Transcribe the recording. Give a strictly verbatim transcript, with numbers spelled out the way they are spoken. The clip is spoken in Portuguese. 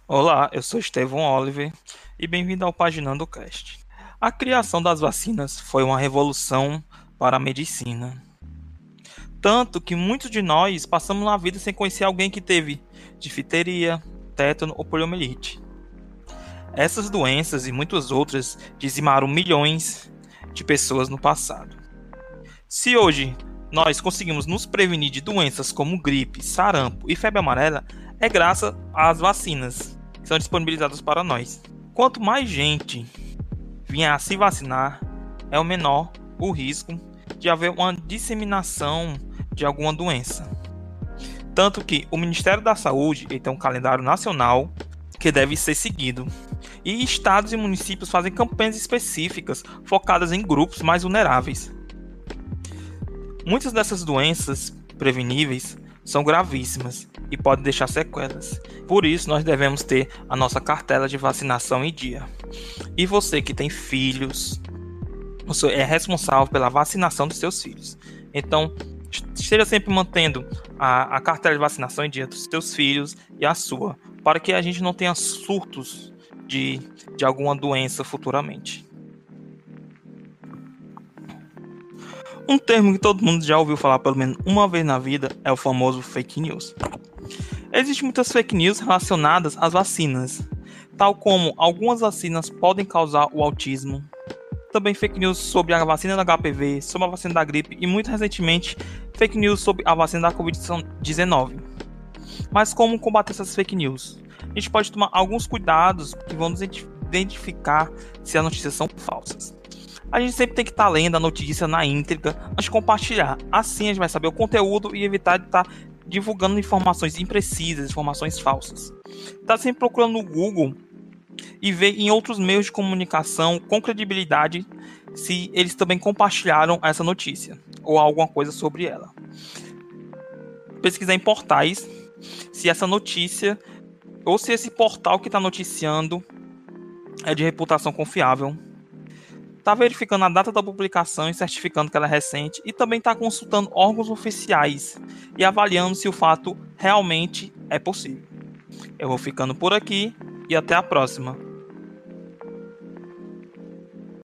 Olá, eu sou Estevão Oliver e bem-vindo ao Paginando Cast. A criação das vacinas foi uma revolução para a medicina, tanto que muitos de nós passamos na vida sem conhecer alguém que teve difteria, tétano ou poliomielite. Essas doenças e muitas outras dizimaram milhões de pessoas no passado. Se hoje nós conseguimos nos prevenir de doenças como gripe, sarampo e febre amarela, é graças às vacinas que são disponibilizadas para nós. Quanto mais gente vier a se vacinar, é o menor o risco de haver uma disseminação de alguma doença. Tanto que o Ministério da Saúde tem um calendário nacional que deve ser seguido. E estados e municípios fazem campanhas específicas focadas em grupos mais vulneráveis. Muitas dessas doenças preveníveis são gravíssimas e podem deixar sequelas. Por isso, nós devemos ter a nossa cartela de vacinação em dia. E você que tem filhos, você é responsável pela vacinação dos seus filhos. Então, esteja sempre mantendo a, a cartela de vacinação em dia dos seus filhos e a sua, para que a gente não tenha surtos de, de alguma doença futuramente. Um termo que todo mundo já ouviu falar pelo menos uma vez na vida é o famoso fake news. Existem muitas fake news relacionadas às vacinas, tal como algumas vacinas podem causar o autismo, também fake news sobre a vacina da H P V, sobre a vacina da gripe e muito recentemente fake news sobre a vacina da covid dezenove. Mas como combater essas fake news? A gente pode tomar alguns cuidados que vão nos identificar se as notícias são falsas. A gente sempre tem que estar lendo a notícia na íntegra antes de compartilhar. Assim a gente vai saber o conteúdo e evitar de estar divulgando informações imprecisas, informações falsas. Está sempre procurando no Google e ver em outros meios de comunicação com credibilidade se eles também compartilharam essa notícia ou alguma coisa sobre ela. Pesquisar em portais se essa notícia ou se esse portal que está noticiando é de reputação confiável. Está verificando a data da publicação e certificando que ela é recente e também está consultando órgãos oficiais e avaliando se o fato realmente é possível. Eu vou ficando por aqui e até a próxima.